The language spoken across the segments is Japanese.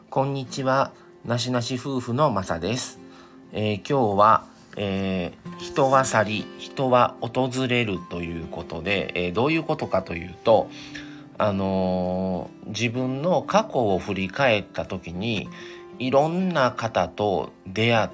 こんにちは、なしなし夫婦のまさです。今日は、人は去り、人は訪れるということで、どういうことかというと、自分の過去を振り返った時に、いろんな方と出会って、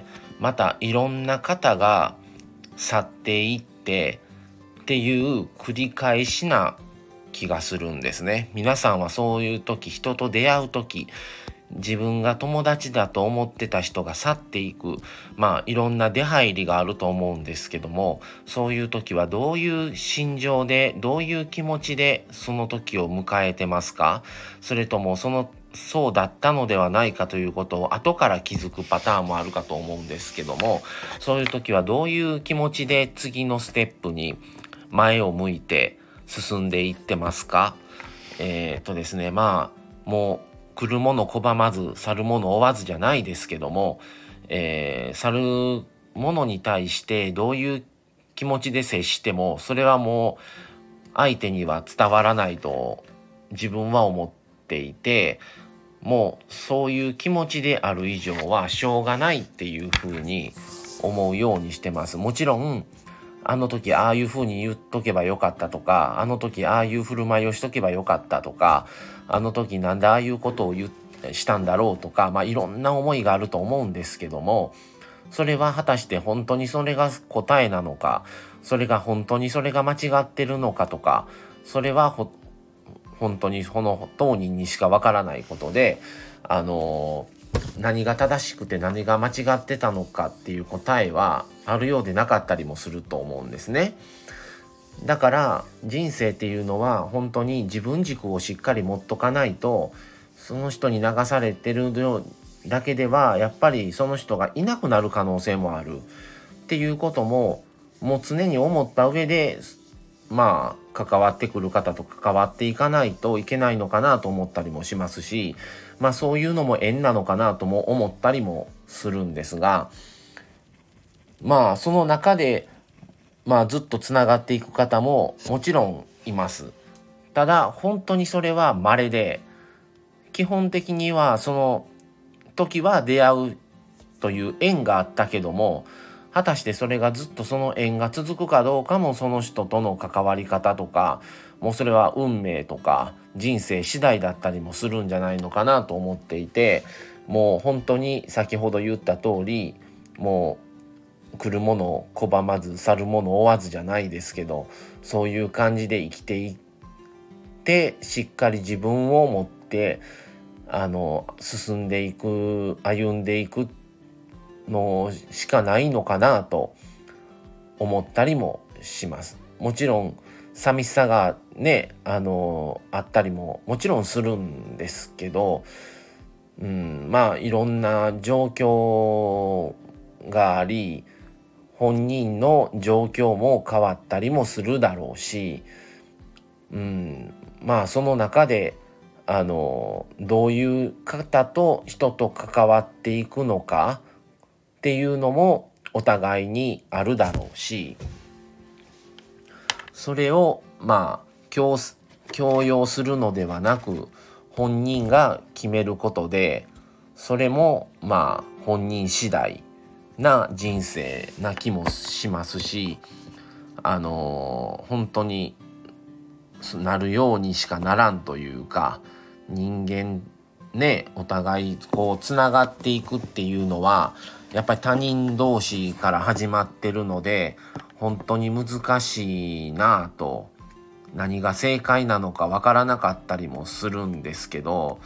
またいろんな方が去っていってっていう繰り返しな気がするんですね。皆さんはそういう時、人と出会う時、自分が友達だと思ってた人が去っていく、いろんな出入りがあると思うんですけども、そういう時はどういう心情で、どういう気持ちでその時を迎えてますか？それともそうだったのではないかということを後から気づくパターンもあるかと思うんですけども、そういう時はどういう気持ちで次のステップに前を向いて進んでいってますか？ですね、もう来るもの拒まず去るもの追わずじゃないですけども、去るものに対してどういう気持ちで接しても、それはもう相手には伝わらないと自分は思っていて、もうそういう気持ちである以上はしょうがないっていうふうに思うようにしてます。もちろんあの時ああいう風に言っとけばよかったとか、あの時ああいう振る舞いをしとけばよかったとか、あの時なんでああいうことをしたんだろうとか、いろんな思いがあると思うんですけども、それは果たして本当にそれが答えなのか、それが本当にそれが間違ってるのかとか、それは本当にその当人にしかわからないことで、何が正しくて何が間違ってたのかっていう答えはあるようでなかったりもすると思うんですね。だから人生っていうのは本当に自分軸をしっかり持っとかないと、その人に流されてるだけではやっぱりその人がいなくなる可能性もあるっていうことももう常に思った上で、関わってくる方と関わっていかないといけないのかなと思ったりもしますし、そういうのも縁なのかなとも思ったりもするんですが、その中でずっとつながっていく方ももちろんいます。ただ本当にそれは稀で、基本的にはその時は出会うという縁があったけども、果たしてそれがずっとその縁が続くかどうかもその人との関わり方とか、もうそれは運命とか人生次第だったりもするんじゃないのかなと思っていて、もう本当に先ほど言った通り、もう来るものを拒まず去るものを追わずじゃないですけど、そういう感じで生きていって、しっかり自分を持って進んでいく、歩んでいくのしかないのかなと思ったりもします。もちろん寂しさがね、あったりももちろんするんですけど、いろんな状況があり、本人の状況も変わったりもするだろうし、その中でどういう方と人と関わっていくのかっていうのもお互いにあるだろうし、それを強要するのではなく本人が決めることで、それも本人次第な人生な気もしますし、本当になるようにしかならんというか、人間ね、お互いこうつながっていくっていうのはやっぱり他人同士から始まってるので、本当に難しいなぁと、何が正解なのかわからなかったりもするんですけど、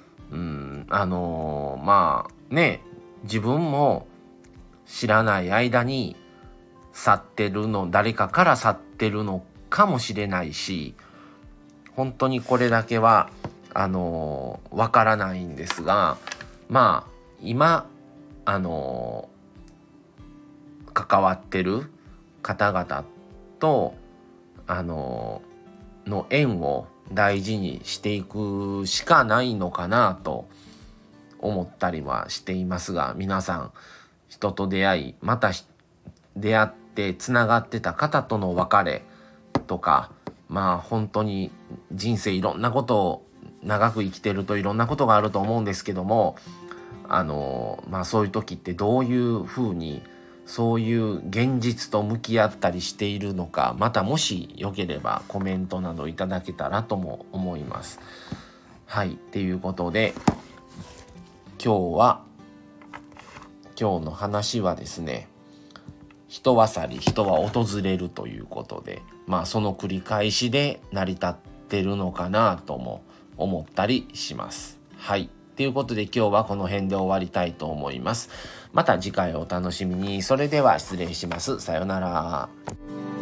自分も知らない間に誰かから去ってるのかもしれないし、本当にこれだけはわからないんですが、今関わってる方々との縁を大事にしていくしかないのかなと思ったりはしていますが、皆さん人と出会い、また出会ってつながってた方との別れとか、本当に人生いろんなことを長く生きてるといろんなことがあると思うんですけども、そういう時ってどういうふうにそういう現実と向き合ったりしているのか、またもしよければコメントなどいただけたらとも思います。はい、っていうことで今日の話はですね、人は去り人は訪れるということで、その繰り返しで成り立ってるのかなとも思ったりします。はい。ということで今日はこの辺で終わりたいと思います。また次回お楽しみに。それでは失礼します。さようなら。